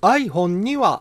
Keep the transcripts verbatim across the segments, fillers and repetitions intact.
iPhone には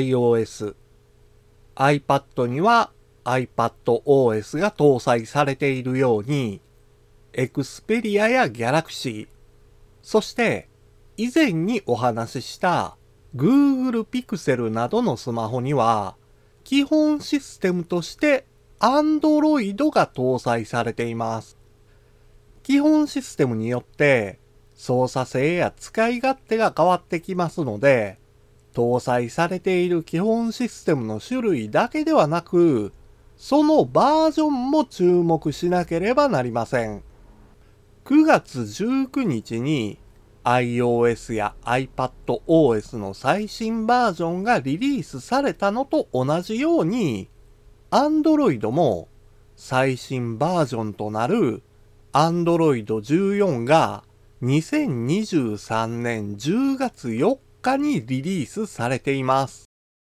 iOS、iPad には iPadOS が搭載されているように、Xperia や Galaxy、そして以前にお話しした Google Pixel などのスマホには、基本システムとして Android が搭載されています。基本システムによって操作性や使い勝手が変わってきますので、搭載されている基本システムの種類だけではなく、そのバージョンも注目しなければなりません。くがつじゅうくにちに iOS や iPadOS の最新バージョンがリリースされたのと同じように、Android も最新バージョンとなる アンドロイドじゅうよん がにせんにじゅうさんねんじゅうがつよっかにリリースされています。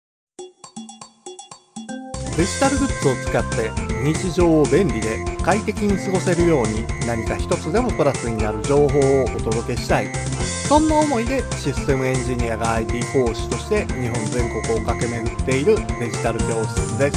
デジタルグッズを使って日常を便利で快適に過ごせるように何か一つでもプラスになる情報をお届けしたい。そんな思いでシステムエンジニアが アイティー 講師として日本全国を駆け巡っているデジタル教室です。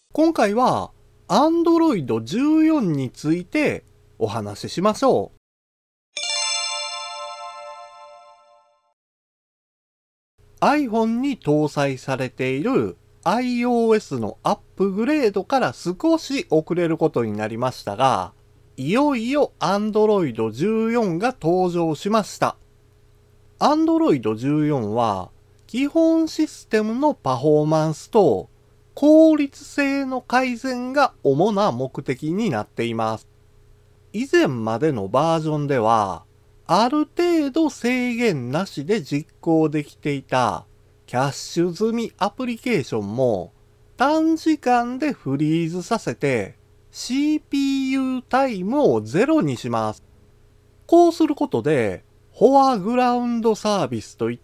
今回は アンドロイドじゅうよん についてお話ししましょう。iPhone に搭載されている iOS のアップグレードから少し遅れることになりましたが、いよいよ アンドロイドじゅうよん が登場しました。アンドロイドじゅうよん は基本システムのパフォーマンスと効率性の改善が主な目的になっています。以前までのバージョンでは、ある程度制限なしで実行できていたキャッシュ済みアプリケーションも短時間でフリーズさせて シーピーユー タイムをゼロにします。こうすることで、フォアグラウンドサービスといった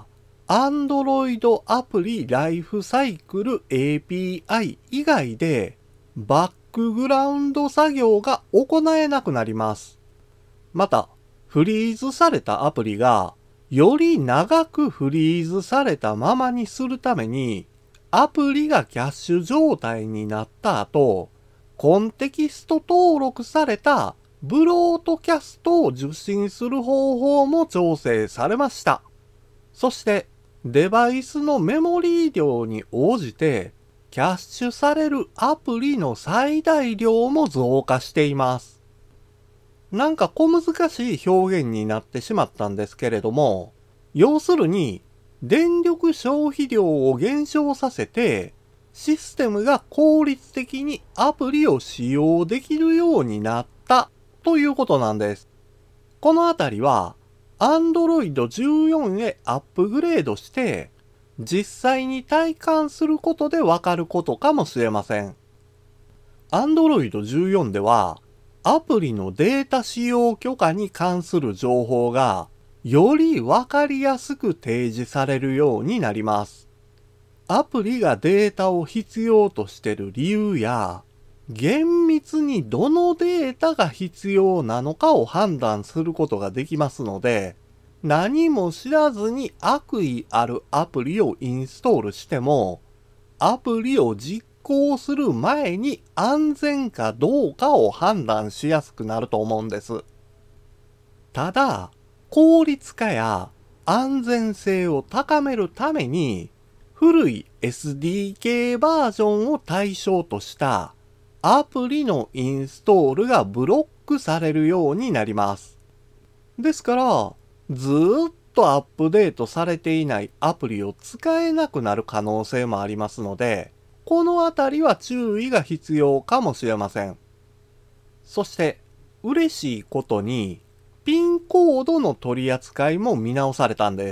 Android アプリライフサイクル エーピーアイ 以外でバックグラウンド作業が行えなくなります。また、フリーズされたアプリがより長くフリーズされたままにするために、アプリがキャッシュ状態になった後、コンテキスト登録されたブロードキャストを受信する方法も調整されました。そして、デバイスのメモリー量に応じて、キャッシュされるアプリの最大量も増加しています。なんか小難しい表現になってしまったんですけれども、要するに電力消費量を減少させて、システムが効率的にアプリを使用できるようになったということなんです。このあたりは アンドロイドじゅうよん へアップグレードして、実際に体感することでわかることかもしれません。アンドロイドじゅうよん では、アプリのデータ使用許可に関する情報がよりわかりやすく提示されるようになります。アプリがデータを必要としている理由や、厳密にどのデータが必要なのかを判断することができますので、何も知らずに悪意あるアプリをインストールしても、アプリを実行する前に安全かどうかを判断しやすくなると思うんです。ただ、効率化や安全性を高めるために、古い エスディーケー バージョンを対象としたアプリのインストールがブロックされるようになります。ですから、ずーっとアップデートされていないアプリを使えなくなる可能性もありますので、このあたりは注意が必要かもしれません。そして、嬉しいことに、ピンコードの取り扱いも見直されたんです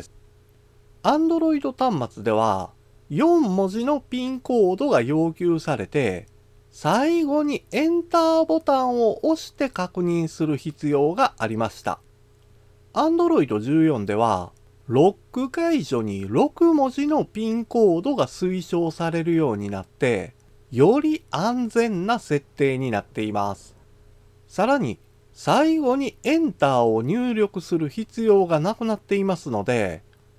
。Android 端末では、よんもじのピンコードが要求されて、最後にエンターボタンを押して確認する必要がありました。アンドロイドじゅうよん では、ロック解除にろくもじのピンコードが推奨されるようになって、より安全な設定になっています。さらに、最後にエンターを入力する必要がなくなっていますので、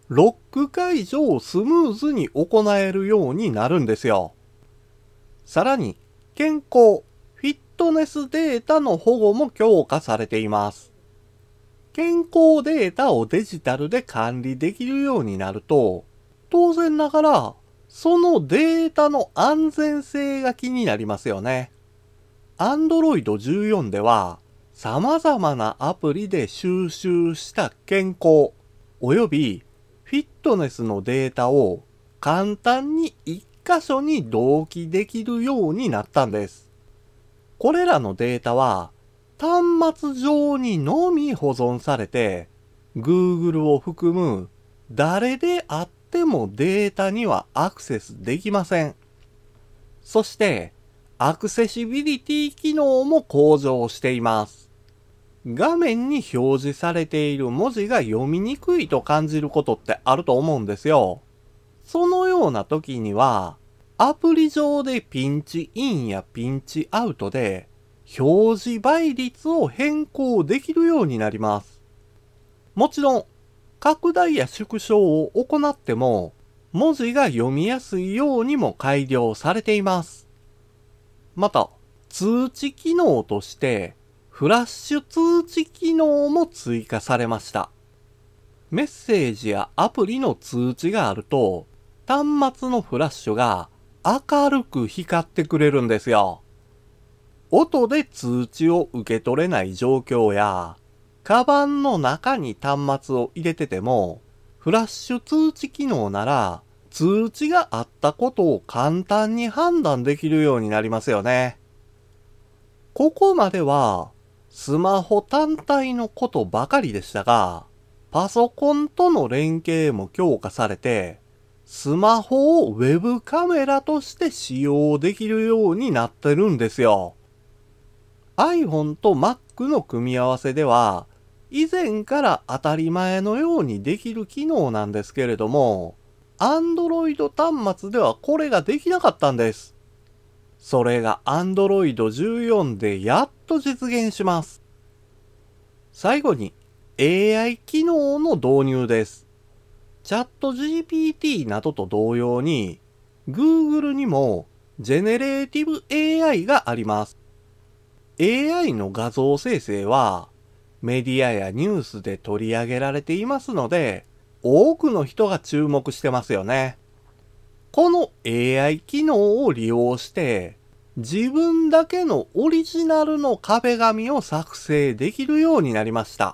ロック解除をスムーズに行えるようになるんですよ。さらに、健康、フィットネスデータの保護も強化されています。健康データをデジタルで管理できるようになると、当然ながら、そのデータの安全性が気になりますよね。アンドロイドじゅうよん では、様々なアプリで収集した健康、およびフィットネスのデータを簡単に一箇所に同期できるようになったんです。これらのデータは端末上にのみ保存されて、Google を含む誰であってもデータにはアクセスできません。そして、アクセシビリティ機能も向上しています。画面に表示されている文字が読みにくいと感じることってあると思うんですよ。そのような時には、アプリ上でピンチインやピンチアウトで表示倍率を変更できるようになります。もちろん、拡大や縮小を行っても、文字が読みやすいようにも改良されています。また、通知機能として、フラッシュ通知機能も追加されました。メッセージやアプリの通知があると、端末のフラッシュが明るく光ってくれるんですよ。音で通知を受け取れない状況や、カバンの中に端末を入れてても、フラッシュ通知機能なら、通知があったことを簡単に判断できるようになりますよね。ここまでは、スマホ単体のことばかりでしたが、パソコンとの連携も強化されて、スマホをウェブカメラとして使用できるようになってるんですよ。iPhone と Mac の組み合わせでは、以前から当たり前のようにできる機能なんですけれども、Android 端末ではこれができなかったんです。それが アンドロイドじゅうよん でやっと実現します。最後に エーアイ 機能の導入です。チャット ジーピーティー などと同様に Google にもジェネレーティブ エーアイ があります。エーアイ の画像生成はメディアやニュースで取り上げられていますので、多くの人が注目してますよね。この エーアイ 機能を利用して、自分だけのオリジナルの壁紙を作成できるようになりました。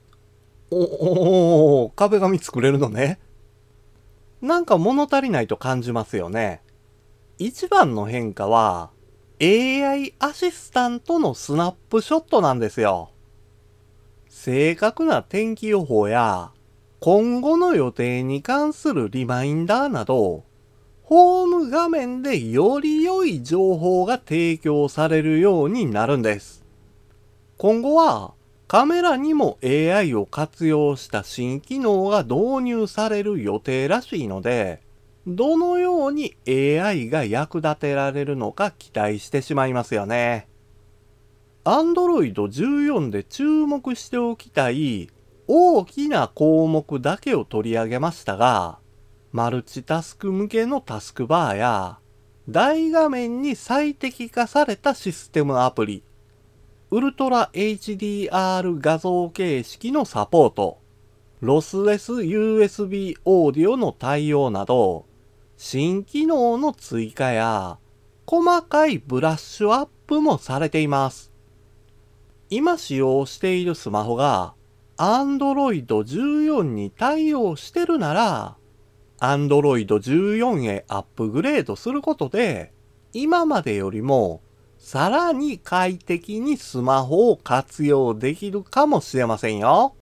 お、おー、壁紙作れるのね。なんか物足りないと感じますよね。一番の変化は、エーアイ アシスタントのスナップショットなんですよ。正確な天気予報や、今後の予定に関するリマインダーなど、ホーム画面でより良い情報が提供されるようになるんです。今後はカメラにも エーアイ を活用した新機能が導入される予定らしいので、どのように エーアイ が役立てられるのか期待してしまいますよね。アンドロイドじゅうよん で注目しておきたい大きな項目だけを取り上げましたが、マルチタスク向けのタスクバーや大画面に最適化されたシステムアプリ、ウルトラ エイチディーアール 画像形式のサポート、ロスレス ユーエスビー オーディオの対応など、新機能の追加や細かいブラッシュアップもされています。今使用しているスマホが アンドロイドじゅうよん に対応してるなら、アンドロイドじゅうよん へアップグレードすることで、今までよりもさらに快適にスマホを活用できるかもしれませんよ。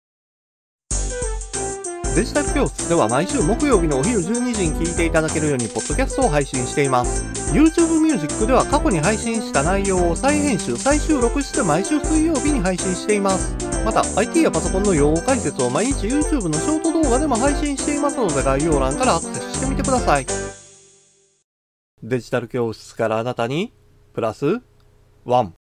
デジタル教室では毎週木曜日のお昼じゅうにじに聞いていただけるようにポッドキャストを配信しています。YouTube Music では過去に配信した内容を再編集、再収録して毎週水曜日に配信しています。また アイティー やパソコンの用語解説を毎日 YouTube のショート動画でも配信していますので、概要欄からアクセスしてみてください。デジタル教室からあなたにプラスワン。